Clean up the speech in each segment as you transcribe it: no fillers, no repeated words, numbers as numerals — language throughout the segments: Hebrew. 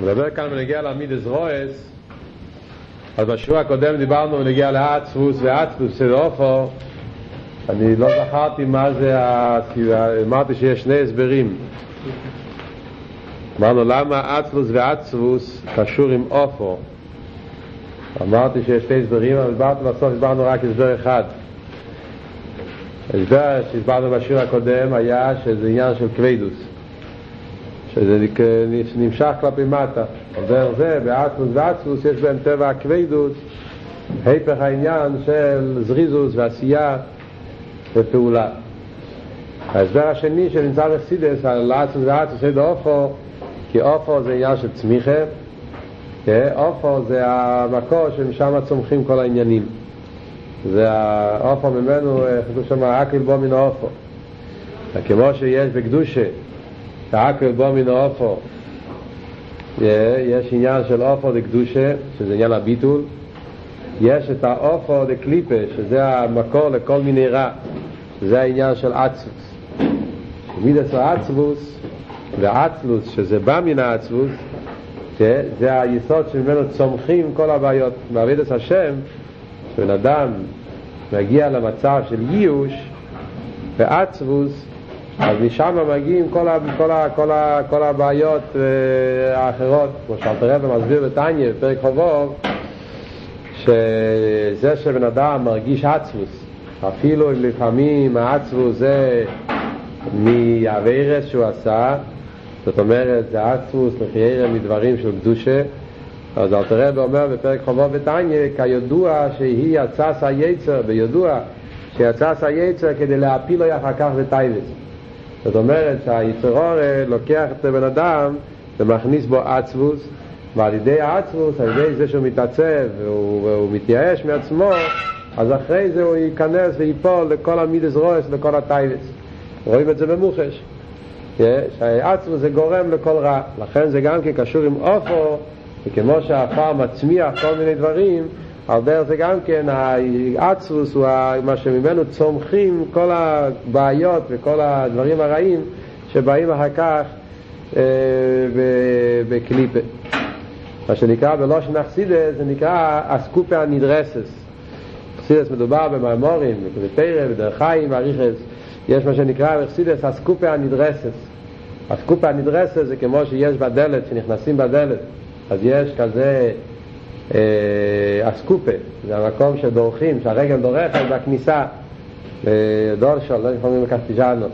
מדבר כאן ונגיע למידס רויס. אז בשיעור הקודם דיברנו ונגיע לעצבוס ועצבוס של אופו. אני לא זכרתי מה זה, אמרתי שיש שני הסברים. אמרנו למה עצבוס ועצבוס קשור עם אופו. אמרתי שיש שני הסברים, אבל בסוף הסברנו רק הסבר אחד. ההסבר שהסברנו בשיעור הקודם היה שזה עניין של כבדוס, שזה נמשך כלפי מטה. על דרך זה בעצמוס ועצמוס יש בהם טבע הכבדות, היפך העניין של זריזוס ועשייה ופעולה. ההסבר השני שנמצא בחסידות על עצמוס ועצמוס זה אופו, כי אופו זה עניין של צמיחה, אופו זה המקור שמשם צומחים כל העניינים. זה האופו ממנו, חשוב שמה, אקל בו מן האופו. כמו שיש בקדושה, האקל בו מן האופו, יש עניין של אופו דקדושה, שזה עניין הביטול. יש את האופו דקליפה, שזה המקור לכל מיני רע, שזה העניין של עצבוס. מידס העצבוס ועצלוס, שזה בא מן העצבוס, זה היסוד שממנו צומחים כל הבעיות. בעבודת השם, שבן אדם מגיע למצב של ייאוש ועצבוס, אז משם מגיעים כל הבעיות האחרות, כמו שאלתר רבי מסביר בתניא בפרק חובוב, שזה שבן אדם מרגיש עצבוס, אפילו אם לפעמים העצבוס זה מהעבירה שהוא עשה, זאת אומרת זה עצבוס לחיירה מדברים של קדושה. אז אלתר רבי אומר בפרק חובוב בתניא, כידוע שהיא יצא היצר, בידוע שיצא היצר כדי להפיל לו אחר כך בטייבס. זאת אומרת שהיצרור לוקח את הבן אדם ומכניס בו עצבוס, ועל ידי העצבוס, על ידי זה שהוא מתעצב והוא מתייאש מעצמו, אז אחרי זה הוא ייכנס ויפול לכל המידס רויס, לכל הטייבס. רואים את זה במוחש, שהעצבוס זה גורם לכל רע. לכן זה גם כן קשור עם אופו, וכמו שהאפר מצמיח כל מיני דברים, על דרך זה גם כן העצבוס הוא מה שממנו צומחים כל הבעיות וכל הדברים הרעים שבאים אחר כך בקליפה. מה שנקרא בלושן החסידות זה נקרא אסקופה הנדרסס. חסידות מדובר במאמורים, בפרק, בדרך חיים, באריכות. יש מה שנקרא בחסידות אסקופה הנדרסס. אסקופה הנדרסס זה כמו שיש בדלת, שנכנסים בדלת, אז יש כזה אסקופה, זה המקום שדורכים, שהרגל דורכת בכניסה דורשל, לא יכולים לקסטיג'אנו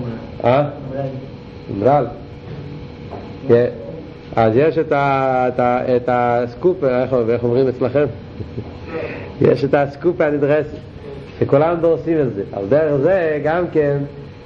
אמרל. אז יש את הסקופה, איך אומרים אצלכם? יש את הסקופה הנדרסת שכולם דורסים את זה. על דרך זה גם כן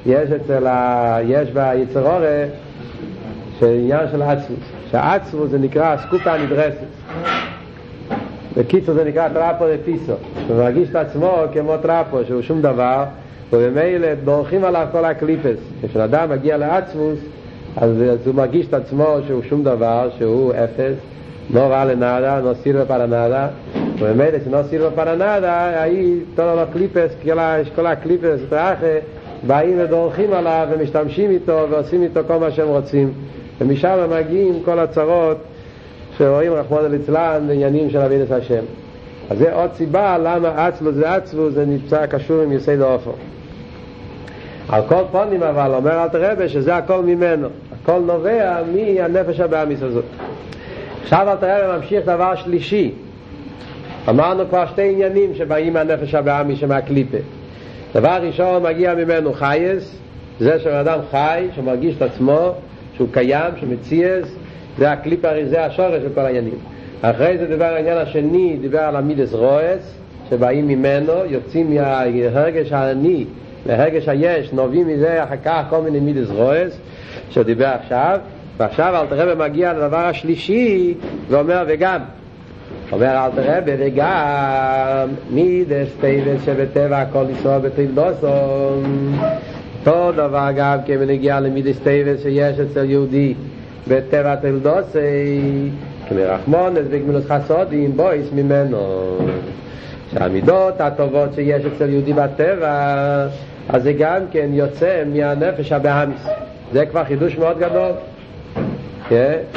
יש ביצרורי של עניין של עצמוס, שהעצמוס זה נקרא הסקופה הנדרסת. בקיצור זה נקרא טראפו לפיסו, הוא מרגיש את עצמו כמו טראפו שהוא שום דבר, ובמילא דורכים עליו כל הקליפס. כשאדם מגיע לעצמוס, אז הוא מרגיש את עצמו שהוא שום דבר, שהוא אפס, לא רע לנדה, לא סירבה פרה נדה, ובמילא שלא סירבה פרה נדה, תולו לו קליפס, כל הקליפס באים ודורכים עליו ומשתמשים איתו ועושים איתו כל מה שהם רוצים, ומשם מגיעים כל הצרות שרואים רחמנא ליצלן בעניינים של עבודת השם. אז זה עוד סיבה למה עצלוס ועצבוס זה נמצא קשור עם יסוד האופו. על כל פנים אבל אומר אלתר רבי שזה הכל ממנו, הכל נובע מהנפש הבאמיס הזאת. עכשיו אלתר רבי ממשיך דבר שלישי. אמרנו כבר שתי עניינים שבאים מהנפש הבאמיס שמהקליפה. דבר ראשון מגיע ממנו חייס, זה שאדם חי שמרגיש את עצמו שהוא קיים, שמציאס, זה הקליפה, זה השורש של כל העניינים. אחרי זה דבר העניין השני, דיבר על המידס רויס שבאים ממנו, יוצאים מהרגש העני להרגש היש, נובעים מזה אחר כך כל מיני מידס רויס שדיבר עכשיו. ועכשיו אלתר רבי מגיע לדבר השלישי ואומר וגם, אומר אלתר רבי וגם מידס טייבס שבטבע הכל ישראל בתלדוסו, אותו דבר גם כמנגיע למידס טייבס שיש אצל יהודי בטבע תלדוסי, כמרחמונס וגמילות חסודים בויס ממנו, שהמידות הטובות שיש אצל יהודי בטבע, אז זה גם כן יוצא מהנפש הבאמיס. זה כבר חידוש מאוד גדול,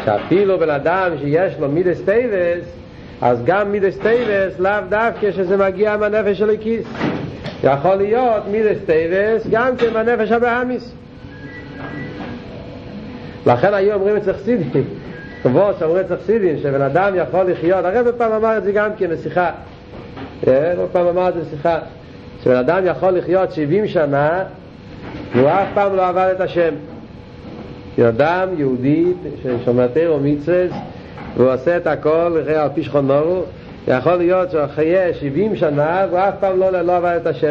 שאפילו בן אדם שיש לו מידס טייבס, אז גם מידס טייבס לאו דווקא שזה מגיע מהנפש של הכיס, יכול להיות מידס טייבס גם כן מהנפש הבאמיס. לכן היו אומרים אצל חסידים, כמו שאומרים אצל חסידים, שבן אדם יכול לחיות, הרב פעם אמר את זה גם כן בשיחה, פעם אמר את זה בשיחה, שבן אדם יכול לחיות 70 שנה והוא אף פעם לא עבד את השם. אדם יהודי ששומר תורה ומצוות והוא עושה את הכל על פי שכונו, יכול להיות שהוא חיה 70 שנה והוא אף פעם לא עבד את השם.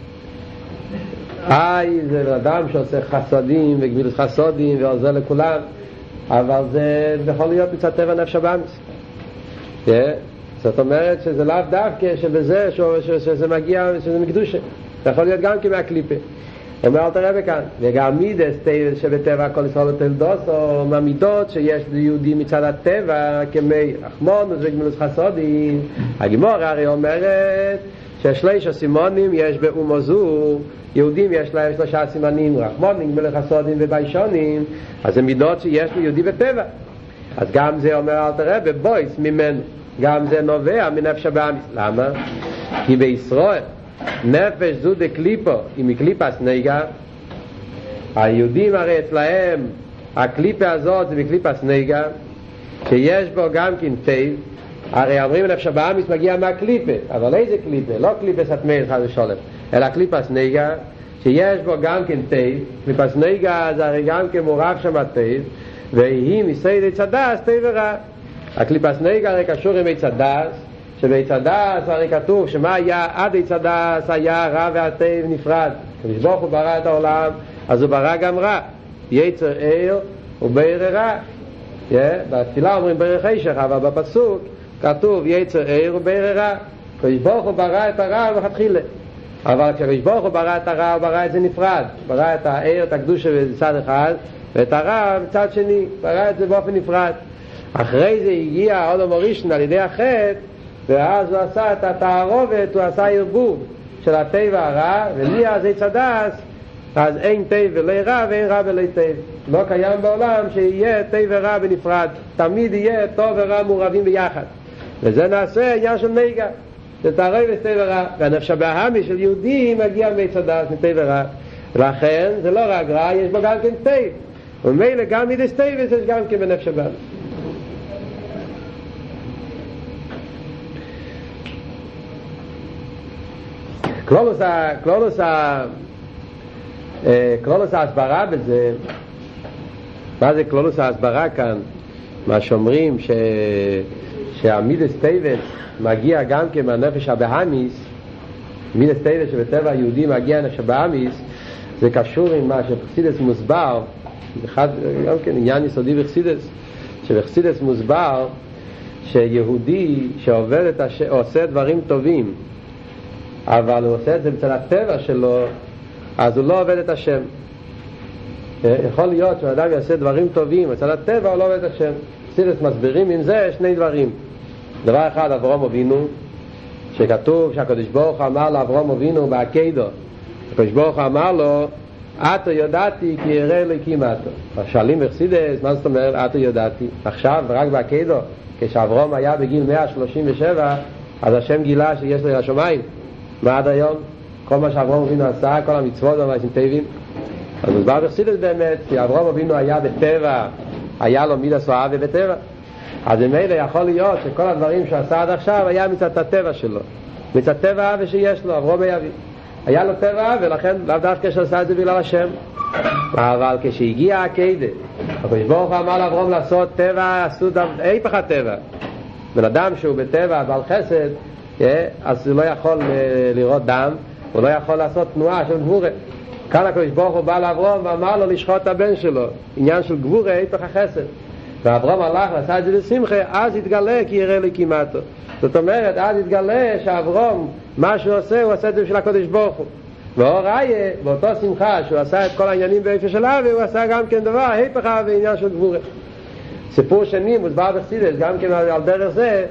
זה אדם שעושה חסדים וגמילות חסדים ועוזר לכולם, אבל זה יכול להיות מצד טבע נפש הבאמיס. זאת אומרת שזה לאו דווקא שבזה שזה מגיע, שזה מקדושה, זה יכול להיות גם כמהקליפה. אומר אלתר רבי כאן, וגם מידס טייבס שבטבע כל ישראל תלדוס, או מהמידות שיש ליהודים מצד הטבע כמי רחמונוס וגמילות חסדים. הגמרא הרי אומרת ששליש הסימונים יש באומו זו, יהודים יש להם 3 סימנים, רחמונים, גמילות חסדים וביישונים, אז זה מידות שיש ליהודי בטבע. אז גם זה אומר אלתר רבי בויס ממנו, גם זה נובע מנפש הבאמיס. למה? כי בישראל נפש זו דקליפו היא מקליפס נגע. היהודים הרי אצלהם הקליפה הזאת זה מקליפס נגע, שיש בו גם כן טייב. הרי אומרים נפש הבאמיס מגיע מהקליפה, אבל איזה קליפה? לא קליפס התמייל חד ושולם, אלא קליפס נגע שיש בו גם כן טייב. קליפס נגע זה הרי גם כן מורב שם טייב, והיא מסיידי צדס טייב ורע. הקליפס נגע הרי קשור עם צדס, שבצדס הרי כתוב שמה היה עד צדס היה רע והטוב נפרד. כשברוך הוא ברא את העולם אז הוא ברא גם רע, יצר עיר ובעיר רע. בתפילה אומרים בעיר חשך, אבל בפסוק כתוב יצר עיר ובעיר רע. כשברוך הוא ברא את הרע ומתחילה, אבל כשברוך הוא ברא את הרע הוא ברא את זה נפרד, ברא את העיר, את הקדושה בצד אחד ואת הרע בצד שני, ברא את זה באופן נפרד. אחרי זה הגיע העולם הראשון על ידי החטא, ואז הוא עשה את התערובת, הוא עשה ערבוב של הטבע הרע, ומאז צדס, אז אין טבע לא רע ואין רע ולא טבע. לא קיים בעולם שיהיה טבע רע בנפרד, תמיד יהיה טוב ורע מורבים ביחד, וזה נעשה עניין של נגע, זה תערובת טבע רע. והנפש הבאמיס של יהודי מגיע מצדס, מטבע רע, לכן זה לא רק רע, יש בו גם כן טבע, ומילא גם מידס טבע יש גם כן בנפש הבאמיס. קלולוס ההסברה בזה, מה זה קלולוס ההסברה כאן? מה שאומרים שהמידס טייבס מגיע גם כן מהנפש הבאמיס, מידס טייבס שבטבע היהודי מגיע נפש הבאמיס, זה קשור עם מה שבחסידס מוסבר, גם כן עניין יסודי בחסידס, שבחסידס מוסבר שיהודי שעובד עושה דברים טובים, אבל הוא עושה את זה בצד הטבע שלו, אז הוא לא עובד את השם. יכול להיות שאדם יעשה דברים טובים בצד הטבע, הוא לא עובד את השם. חסידות מסבירים עם זה 2 דברים. דבר אחד, אברהם אבינו, שכתוב שהקדוש ברוך הוא אמר לאברהם אבינו בעקדו, הקדוש ברוך הוא אמר לו אתו יודעתי כי ירא אלוקים אתו. שואלים בחסידות, מה זאת אומרת אתו יודעתי? עכשיו רק בעקדו, כשאברהם היה בגיל 137, אז השם גילה שיש לו השמיים. מה עד היום? כל מה שאברהם אבינו עשה, כל המצוות והמעשים טובים. אז מוסבר בחסידות באמת, כי אברהם אבינו היה בטבע, היה לו מידס אוהבה בטבע. אז ממילא יכול להיות שכל הדברים שעשה עד עכשיו היה מצד הטבע שלו, מצד טבע אהבה שיש לו. אברהם היה לו טבע, ולכן לאו דווקא שעשה את זה בגלל השם. אבל כשהגיע העקדה, הקדוש ברוך הוא אמר לאברהם לעשות טבע, עשו היפך הטבע. בן אדם שהוא בטבע בעל חסד, אז הוא לא יכול לראות דם, הוא לא יכול לעשות תנועה של גבורה. כאן הקדוש ברוך הוא בא לאברהם ואמר לו לשחוט את הבן שלו, עניין של גבורה, היפך החסד. ואברהם הלך ועשה את זה בשמחה, אז התגלה כי ירא אלוקים אתו. זאת אומרת, אז התגלה שאברהם, מה שהוא עושה, הוא עושה את זה בשביל הקדוש ברוך הוא. ואור ראיה, באותו שמחה שהוא עשה את כל העניינים באיפה של אהבה, הוא עשה גם כן דבר, היפך אהבה, עניין של גבורה. סיפור שני מוסבר בחסידות, גם כן על דרך זה,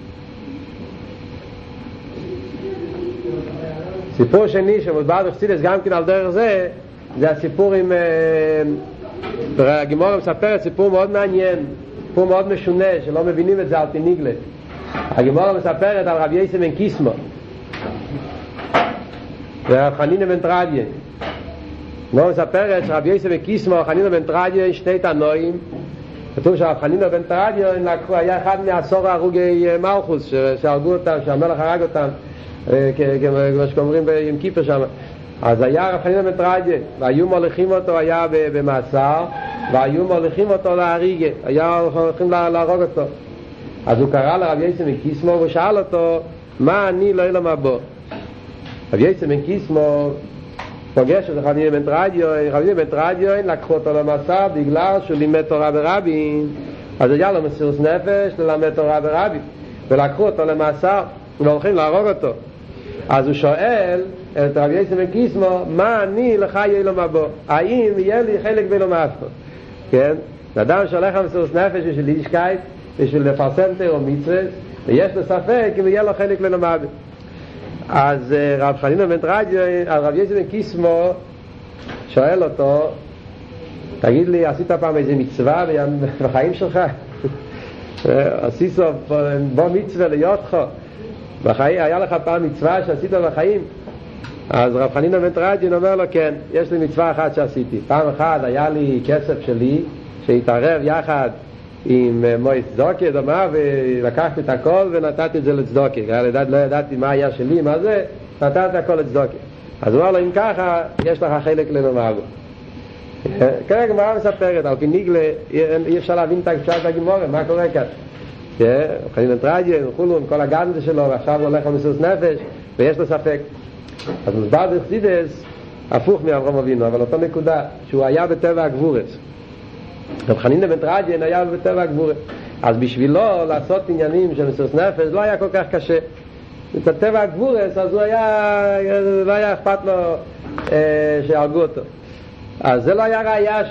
סיפור שני שמוסבר בחסידות גם כן על דרך זה, זה הסיפור עם הגמרא מספרת סיפור מאוד מעניין. סיפור מאוד משונה שלא מבינים את זה על פי נגלה. הגמרא מספרת על רבי יוסי בן קיסמא ורב חנינא בן תרדיה. הגמרא מספרת שרבי יוסי בן קיסמא וחנינא בן תרדיה שני תנועים. כתוב שרב חנינא בן תרדיה היה אחד מעשור הרוגי מלכוס שהרגו אותם, שהמלך הרג אותם, כמו שאומרים ביום כיפר שם. אז היה רב חנינא בן תרדיה והיו מוליכים אותו, היה במאסר והיו מוליכים אותו להריגה, היה הולכים להרוג אותו. אז הוא קרא לרבי יוסי בן קיסמא ושאל אותו מה אני לא אלמה בו. רבי יוסי בן קיסמא פוגש את חנינא בן תרדיה, חנינא בן תרדיה לקחו אותו למאסר בגלל שהוא לימד תורה ברבים, אז היה לו מסירות נפש ללמד תורה ברבים ולקחו אותו למאסר והולכים להרוג אותו. אז הוא שואל את רבי יוסי בן קיסמא מה אני לך יהיה לו מבוא, האם יהיה לי חלק בלא מאפו. כן? אדם שהולך למסירות נפש בשביל יידישקייט, בשביל לפרסם תורה ומצוות, ויש לו ספק אם יהיה לו חלק בלא מאפו. אז רב חנינא בן תרדיה, רבי יוסי בן קיסמא שואל אותו, תגיד לי, עשית פעם איזה מצווה בחיים שלך? עשית בו מצווה ליותך בחיים, היה לך פעם מצווה שעשית בחיים? אז רב חנינא בן תרדיה אומר לו, כן, יש לי מצווה אחת שעשיתי. פעם אחת היה לי כסף שלי שהתערב יחד עם מויס צדוקה דומה, ולקחתי את הכל ונתתי את זה לצדוקה. לא ידעתי מה היה שלי, מה זה, נתתי הכל לצדוקה. אז הוא אמר לו, אם ככה, יש לך חלק לנאמר בו. כרגע גמרא מספרת, על פי נגלה אי אפשר להבין את הפשט הגמרא, מה קורה כאן? חנינא בן תרדיה וכולו עם כל הגדלות שלו, ועכשיו הוא הולך למסירות נפש ויש לו ספק. אז מוסבר בחסידות הפוך מאברהם אבינו, אבל אותו נקודה שהוא היה בטבע הגבורס. רב חנינא בן תרדיה היה בטבע הגבורס, אז בשבילו לעשות עניינים של מסירות נפש לא היה כל כך קשה. בטבע הגבורס אז הוא היה, לא היה אכפת לו שהרגו אותו. אז זה לא היה ראיה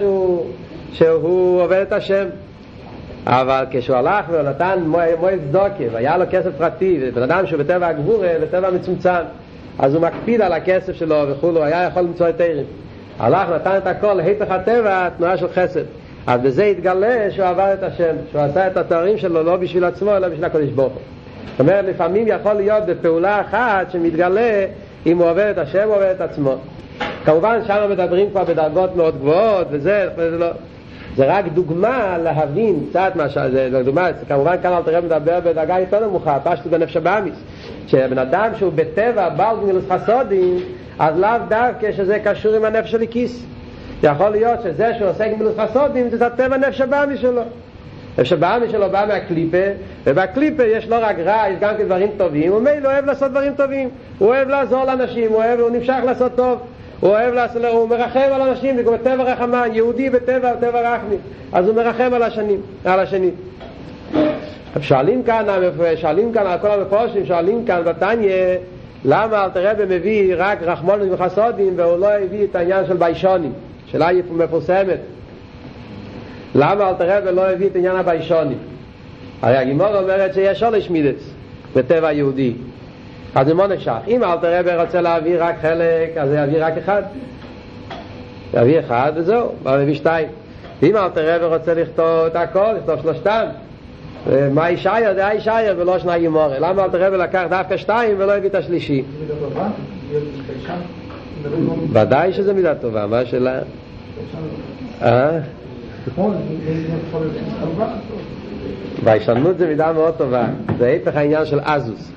שהוא עובד את השם. אבל כשהוא הלך ונתן מויס צדוקה והיה לו כסף פרטי, ובן אדם שהוא בטבע הגבורה, בטבע מצומצם, אז הוא מקפיד על הכסף שלו וכולו, היה יכול למצוא את היתרים. הלך נתן את הכל להיפך הטבע, תנועה של חסד. אז בזה התגלה שהוא עבר את השם, שהוא עשה את התארים שלו לא בשביל עצמו אלא בשביל הקדוש ברוך הוא. זאת אומרת, לפעמים יכול להיות בפעולה אחת שמתגלה אם הוא עובר את השם או עובר את עצמו. כמובן שם מדברים כבר בדרגות מאוד גבוהות וזה לא, זה רק דוגמה להבין קצת מה שזה דוגמה. כמובן כאן אל תראה מדבר בדרגה יותר נמוכה, פשטות בנפש הבאמיס, שבן אדם שהוא בטבע בעל גמילות חסודים, אז לאו דווקא שזה קשור עם הנפש של הכיס. יכול להיות שזה שהוא עושה גמילות חסודים זה הטבע נפש הבאמיס שלו. נפש הבאמיס שלו בא מהקליפה, ובקליפה יש לא רק רע, יש גם דברים טובים. הוא אוהב לעשות דברים טובים, הוא אוהב לעזור לאנשים, הוא נמשך לעשות טוב, הוא אוהב לעשות, הוא מרחם על אנשים, זה כמו טבע רחמן, יהודי בטבע רחמי, אז הוא מרחם על השני. שואלים כאן על כל המפורשים, שואלים כאן בתניא, למה אלתר רבי מביא רק רחמנות וחסודים והוא לא הביא את העניין של ביישונים? שאלה מפורסמת, למה אלתר רבי לא הביא את עניין הביישונים? הרי הגמרא אומרת שיש שורש מידס בטבע יהודי. אז זה מאוד נשך. אם אלתר רבי רוצה להביא רק חלק, אז יביא רק אחד. יביא אחד וזהו, מביא שתיים. ואם אלתר רבי רוצה לכתוב את הכל, לכתוב שלושתם. מה אישיה? זה אישיה ולא שני גמורה. למה אלתר רבי לקח דווקא שתיים ולא הביא את השלישי? ודאי שזה מידה טובה, מה השאלה? והישנות זה מידה מאוד טובה. זה ההפך העניין של אזוס.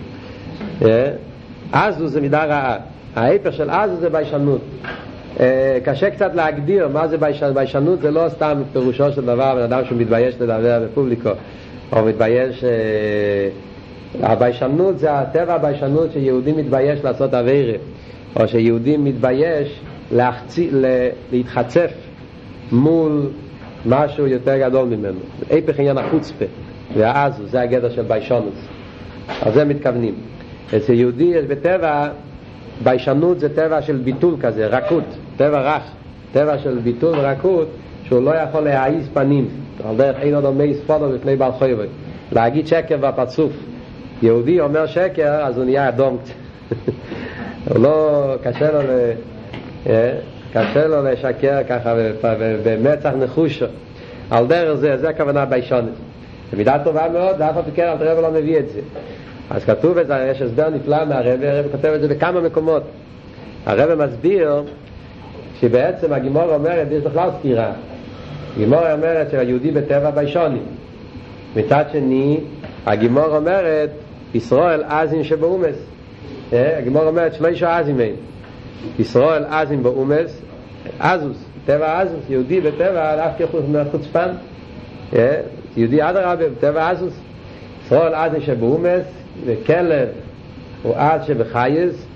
אזוס זה מידה רעה. ההפך של אזוס זה ביישנות. קשה קצת להגדיר מה זה ביישנות. ביישנות זה לא סתם פירושו של דבר בן אדם שהוא מתבייש לדבר בפובליקו או מתבייש. הביישנות זה הטבע הביישנות שיהודי מתבייש לעשות עבירה, או שיהודי מתבייש להתחצף מול משהו יותר גדול ממנו. ההפך עניין החוצפה והאזוס זה הגדר של ביישנות. אז זה מתכוונים. אצל יהודי יש בטבע, ביישנות זה טבע של ביטול כזה, רכות, טבע רך, טבע של ביטול ורקות, שהוא לא יכול להעיז פנים, על דרך אין עוד עומי ספודו בפני בעל חויבות, להגיד שקר בפרצוף. יהודי אומר שקר, אז הוא נהיה אדום. הוא לא, קשה לו לשקר ככה במצח נחושו. על דרך זה הכוונה ביישונס. במידה טובה מאוד, ואף על כן אלתר רבי לא מביא את זה. אז כתוב את זה, יש הסבר נפלא מהרבי, הרבי כותב את זה בכמה מקומות. הרבי מסביר שבעצם הגימור אומרת, יש בכלל סתירה. הגימור אומרת שהיהודי בטבע ביישוני. מצד שני, הגימור אומרת, ישראל אזין שבאומס. הגימור אומרת, שלושה אזים הם. ישראל אזין באומס, אזוס, טבע אזוס, יהודי בטבע, אף כחוצפן. יהודי עד הרבה, בטבע אזוס. ישראל אזין שבאומס, וכלב הוא עד שבחייז,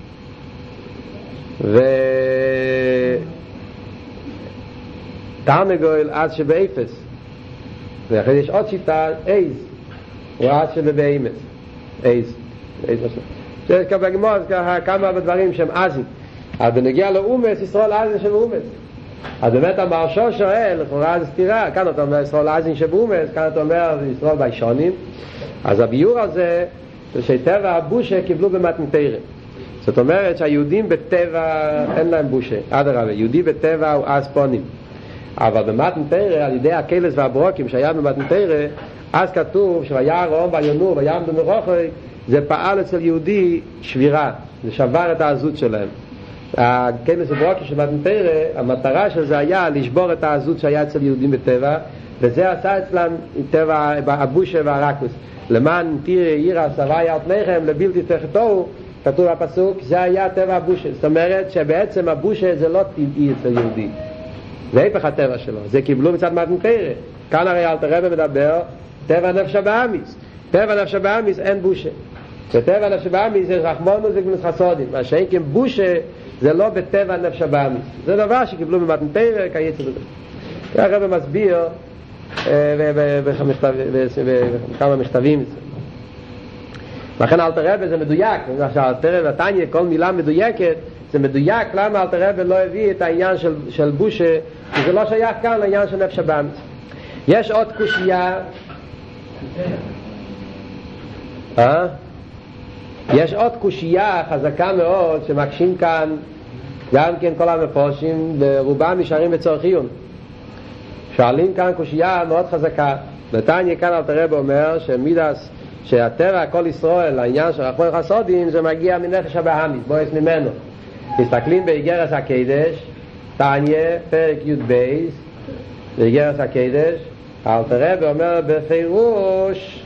תרנגול עד שבאפס. ואחרי יש עוד שיטה, איז הוא עד שבבאמס. איז יש כמה דברים שהם עזים. אז בנגיע לאומס, ישראל עזין שבאומס. אז באמת המרשו שואל, לכאורה זה סתירה, כאן אתה אומר ישראל עזין שבאומס, כאן אתה אומר ישראל ביישונים. אז הביור הזה שטבע הבושה קיבלו במתנתרא. זאת אומרת שהיהודים בטבע אין להם בושה, אדרבה, יהודי בטבע הוא אז פונים. אבל במתנתרא, על ידי הקלס והברוקים שהיה במתנתרא, אז כתוב שהיה רום והיונור ויעמדו מרוחק, זה פעל אצל יהודי שבירה, זה שבר את העזות שלהם. הקלס והברוקים של מתנתרא, המטרה של זה היה לשבור את העזות שהיה אצל יהודים בטבע, וזה עשה אצלם טבע הבושה והרקוס. למען תירא ירא סביה על פניכם לבלתי תחתו, כתוב בפסוק, זה היה טבע הבושה. זאת אומרת שבעצם הבושה זה לא טבעי אצל יהודי, זה היפך הטבע שלו, זה קיבלו מצד מתנתרא. כאן הרי אלתר רבי מדבר טבע נפש הבאמיס. טבע נפש הבאמיס אין בושה, וטבע נפש הבאמיס זה רחמנות וגמילות חסדים. מה שאין כן בושה זה לא בטבע נפש הבאמיס, זה דבר שקיבלו במתנתרא כיצד בזה. הרבי מסביר בכמה מכתבים. לכן אלתר רבי זה מדויק, אלתר רבי בתניא כל מילה מדויקת, זה מדויק למה אלתר רבי לא הביא את העניין של בושה, כי זה לא שייך כאן לעניין של נפש הבאמיס. יש עוד קושיה, יש עוד קושיה חזקה מאוד שמקשים כאן גם כן כל המפורשים, ורובם נשארים בצורך עיון. שואלים כאן קושיה מאוד חזקה. בתניא כאן אלתר רבי אומר שמידס שהטבע כל ישראל, העניין של רחמנות וחסדים, זה מגיע מנפש הבאמיס, בועס ממנו. מסתכלים באיגרת הקודש, תניא פרק י' בייס, באיגרת הקודש, אלתר רבי אומר בפירוש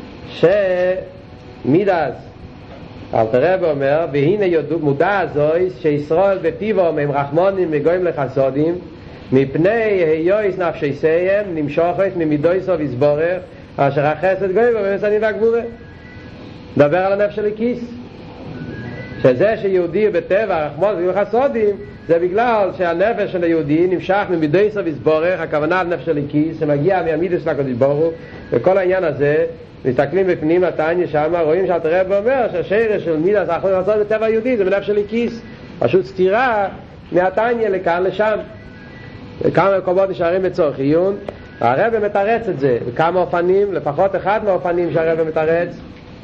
שמידס, אלתר רבי אומר, והנה יודו מודע זויס שישראל בטיבו הם רחמונים וגויים לחסדים, מפני היויס נפשייהם נמשוכת ממידויסו ויסבורך אשר החסד גוי ובמסנים והגבורה. דבר על הנפש של הכיס, שזה שיהודי בטבע רחמות וחסודים, זה בגלל שהנפש של היהודי נמשך ממידויסו ויסבורך, הכוונה על נפש של הכיס שמגיע מהמידוס לקדוש ברוך הוא. וכל העניין הזה מסתכלים בפנים התניא שם, רואים שאלתר רבי אומר שהשרש של מידס רחמות וחסודים בטבע היהודי זה בנפש של הכיס, פשוט סתירה מהתניא לכאן לשם. וכמה מקומות נשארים בצורך עיון. הרבי מתרץ את זה בכמה אופנים, לפחות אחד מהאופנים שהרבי מתרץ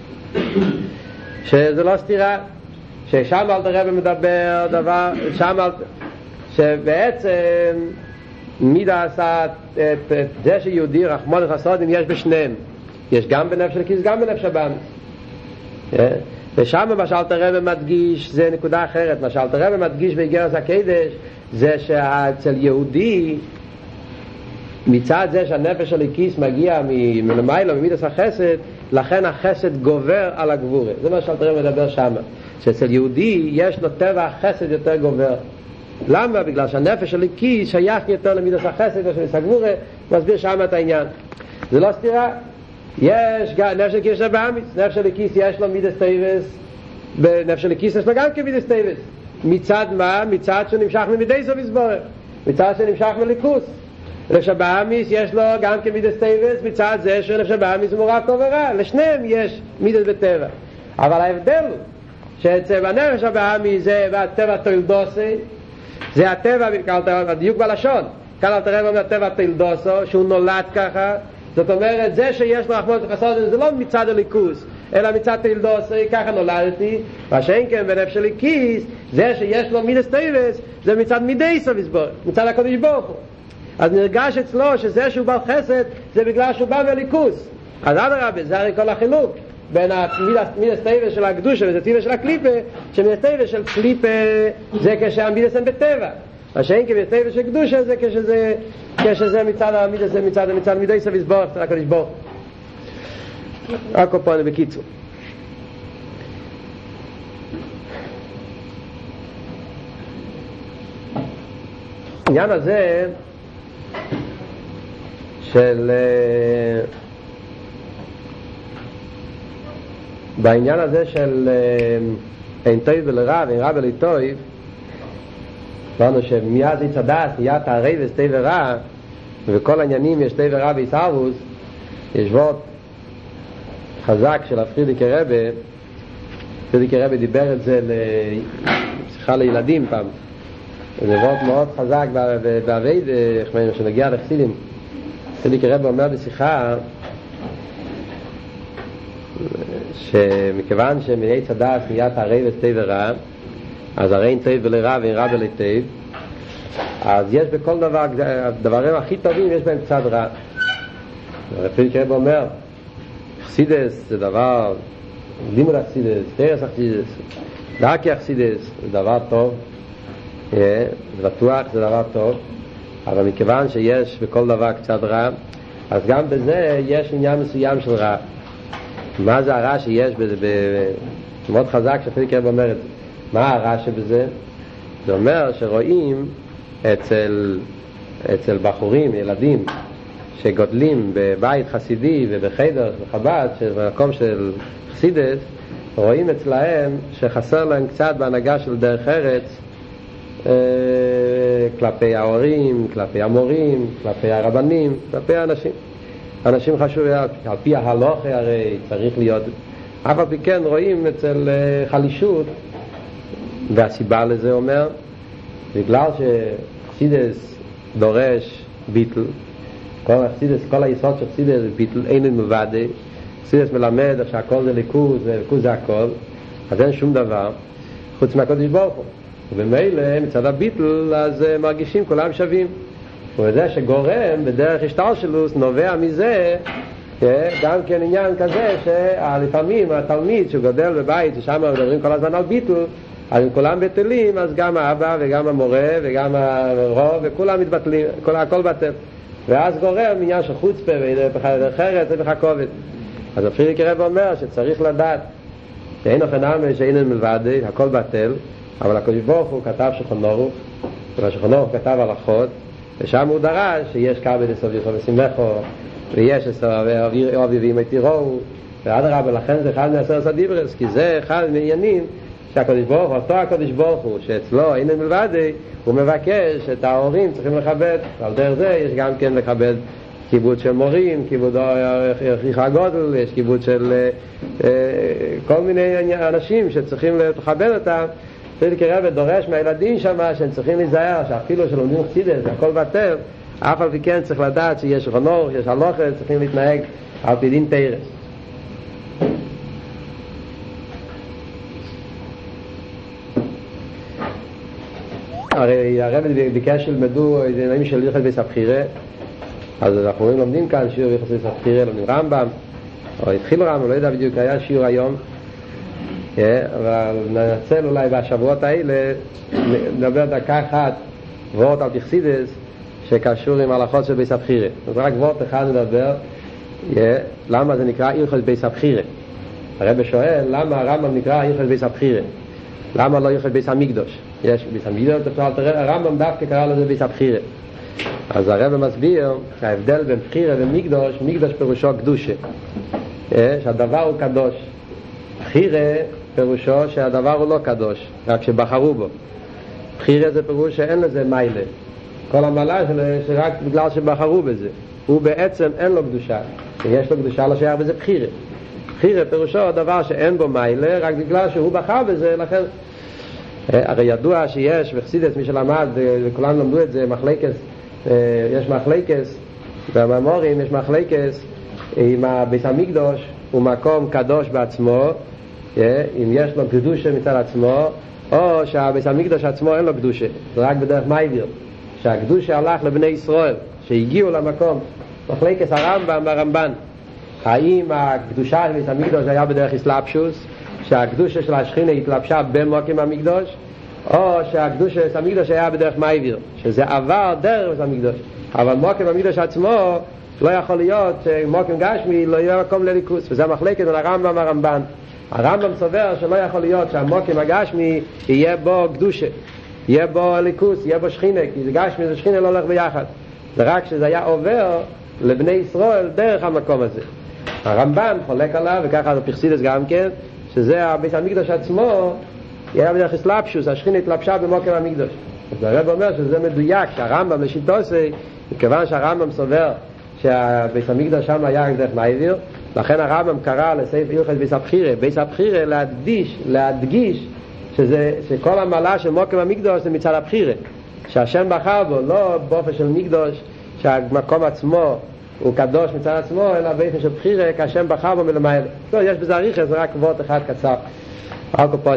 שזה לא סתירה, ששם אלתר רבי מדבר דבר, שם שבעצם מידה עשה את זה שיהודי רחמנות וחסדים יש בשניהם, יש גם בנפש של הכיס גם בנפש הבאמיס. ושם מה שאלתר רבי מדגיש זה נקודה אחרת. מה שאלתר רבי מדגיש באיגרת הקודש זה שאצל יהודי מצד זה שהנפש של הכיס מגיע מלמעלה ממידס החסד, לכן החסד גובר על הגבורה. זה מה שאלתר רבי מדבר שם, שאצל יהודי יש לו טבע החסד יותר גובר. למה? בגלל שהנפש של הכיס שייך יותר למידס החסד ושמידס הגבורה. מסביר שם את העניין, זה לא סתירה. יש נפש של הכיס שבאמיס, נפש של הכיס יש לו מידס טייבס, בנפש של הכיס יש לו גם כמידס טייבס. מצד מה? מצד שנמשך ממידויסו ויסבורך, מצד שנמשך מליכוס. נפש הבאמיס יש לו גם כמידס טייבס, מצד זה שנפש הבאמיס הוא מורב טוב ורע, לשניהם יש מידס בטבע. אבל ההבדל הוא שאצל הנפש הבאמיס זה הטבע תולדוסי, זה הטבע, הדיוק בלשון, כאן אלתר רבי אומר הטבע תולדוסו שהוא נולד ככה. זאת אומרת זה שיש לו רחמנות וחסדים זה לא מצד הליכוס אלא מצד תולדוסי, ככה נולדתי. מה שאין כן בנפש של הכיס, זה שיש לו מידס טייבס זה מצד מידויסו ויסבורך, מצד הקדוש ברוך הוא. אז נרגש אצלו שזה שהוא בעל חסד זה בגלל שהוא בא בליכוס. אז אדרבה, זה הרי כל החילוק בין המידס טבע של הקדושה וזה טבע של הקליפה, שמידס טבע של קליפה זה כשהמידס הם בטבע, מה שאין כמידס טבע של קדושה זה כשזה מצד המידס, מצד מידס וסבור אצל הקדוש ברוך הוא. הכל פה בקיצור. העניין הזה של בעניין הזה של אין טוב ולרע ואין רע ולטוב, אמרנו שמיד יצדס נהיה תערי וסטי ורע, וכל העניינים יש טוב ורע ויסערוס. יש וורט חזק של הפרידיקי רבי. פרידיקי רבי דיבר את זה לשיחה לילדים פעם. זה וורט מאוד חזק בעבד שנגיע לחסידים. פרידיקי רבי אומר בשיחה שמכיוון שמעץ הדס נהיה תערי וסטי ורע, אז הרי אין טוב ולרע ואין רע ולטוב, אז יש בכל דבר, הדברים הכי טובים יש בהם קצת רע. פרידיקי רבי אומר חסידס זה דבר, לימוד חסידס, תרס חסידס, דרכי חסידס זה דבר טוב, זה בטוח, זה דבר טוב, אבל מכיוון שיש בכל דבר קצת רע, אז גם בזה יש עניין מסוים של רע. מה זה הרע שיש בזה? מאוד חזק שפרידיקי רבי אומר את זה. מה הרע שבזה? זה אומר שרואים אצל בחורים, ילדים שגודלים בבית חסידי ובחדר בחב"ד, במקום של חסידס, רואים אצלהם שחסר להם קצת בהנהגה של דרך ארץ, כלפי ההורים, כלפי המורים, כלפי הרבנים, כלפי אנשים חשובים. על פי ההלוכה הרי צריך להיות, אף על פי כן רואים אצל חלישות, והסיבה לזה אומר בגלל שחסידס דורש ביטל, כל היסוד של חסידס זה ביטל, אין מלבד. חסידס מלמד שהכל זה ליכוז וליכוז זה הכל, אז אין שום דבר חוץ מהקדוש ברוך הוא, ובמילא מצד הביטל אז מרגישים כולם שווים, וזה שגורם בדרך השתלשלות נובע מזה גם כן עניין כזה שלפעמים התלמיד שגודל בבית ששם מדברים כל הזמן על ביטל, אז אם כולם בטלים, אז גם האבא וגם המורה וגם הרוב וכולם מתבטלים, הכל בטל, ואז גורם עניין של חוצפה ודרך ארץ ובחכובד. אז הפרידיקי רבי אומר שצריך לדעת שאין אופן עמי שאין מלבד, הכל בטל, אבל הקדוש ברוך הוא כתב שולחן ערוך, והשולחן ערוך כתב הלכות, ושם הוא דרש שיש כבד אסוב יסוב ושמחו, ויש אובי ואמא תיראו, ואדרבה, לכן זה אחד מעשרת הדיברס, כי זה אחד מעניינים שהקדוש ברוך הוא, אותו הקדוש ברוך הוא שאצלו אין מלבד, הוא מבקש את ההורים צריכים לכבד, ועל דרך זה יש גם כן לכבד כיבוד של מורים, כיבוד הכריך הגודל, יש כיבוד של כל מיני אנשים שצריכים לכבד אותם. פרידיקי רבי דורש מהילדים שם שהם צריכים להיזהר שאפילו שלומדים חסידס הכל בטל, אף על פי כן צריך לדעת שיש שולחן ערוך, יש הלכה, צריכים להתנהג על פי דין תורה. הרי הרבי ביקש שלמדו עניינים של הלכות בייס הבחירה, אז אנחנו לומדים כאן שיעור הלכות בייס הבחירה, לומדים רמב"ם, או התחיל רמב"ם, לא יודע בדיוק, היה שיעור היום, אבל ננצל אולי בשבועות האלה נדבר דקה אחת וורט על חסידס שקשור עם הלכות של בייס הבחירה. אז רק וורט אחד נדבר למה זה נקרא הלכות בייס הבחירה. הרבי שואל למה הרמב"ם נקרא הלכות בייס הבחירה, למה לא הלכות בייס המקדוש? יש בייס המקדוש, הרמב"ם דווקא קרא לזה בייס הבחירה. אז הרבי מסביר שההבדל בין בחירה ומקדוש, מקדוש פירושו קדושה, שהדבר הוא קדוש, בחירה פירושו שהדבר הוא לא קדוש, רק שבחרו בו. בחירה זה פירוש שאין לזה מיילה, כל המעלה שלו שרק בגלל שבחרו בזה, הוא בעצם אין לו קדושה, יש לו קדושה לא שייך בזה בחירה. בחירה פירושו דבר שאין בו מיילה, רק בגלל שהוא בחר בזה, לכן הרי ידוע שיש בחסידות, מי שלמד וכולם למדו את זה, מחלקס, יש מחלקס במאמרים, יש מחלקס עם בית המקדוש הוא מקום קדוש בעצמו, אם יש לו קדושה מצד עצמו, או שהבית המקדוש עצמו אין לו קדושה, זה רק בדרך מייביר. שהקדושה הלך לבני ישראל שהגיעו למקום, מחלקת הרמב"ם והרמב"ן, האם הקדושה של בית המקדוש היה בדרך אסלאפשוס, שהקדושה של השכינה התלבשה במוקם המקדוש, או שהקדושה של המקדוש היה בדרך מעביר, שזה עבר דרך בית המקדוש, אבל מוקם המקדוש עצמו לא יכול להיות שמוקם גשמי לא יהיה מקום לליכוס, וזה מחלקת בין הרמב"ם והרמב"ן. הרמב"ם סובר שלא יכול להיות שהמוקם הגשמי יהיה בו קדושה, יהיה בו ליכוס, יהיה בו שכינה, כי זה גשמי ושכינה לא הולך ביחד, זה רק שזה היה עובר לבני ישראל דרך המקום הזה. הרמב"ן חולק עליו, וככה בפרסידס גם כן, שזה בית המקדוש עצמו היה בדרך אסלאפשוס, השכינה התלבשה במוקם המקדוש. אז הרב אומר שזה מדויק, שהרמב"ם לשיטוסי, מכיוון שהרמב"ם סובר שהבית המקדוש שם היה דרך מעביר, לכן הרמב"ם קרא לסעיף הלכות בייס הבחירה להדגיש שכל המעלה של מוקם המקדוש זה מצד הבחירה, שהשם בחר בו, לא באופן של מקדוש שהמקום עצמו הוא קדוש מצד עצמו, אלא באופן של בחירה, כי השם בחר בו מלמעלה. יש בזה אריכות, זה רק וורט אחד קצר.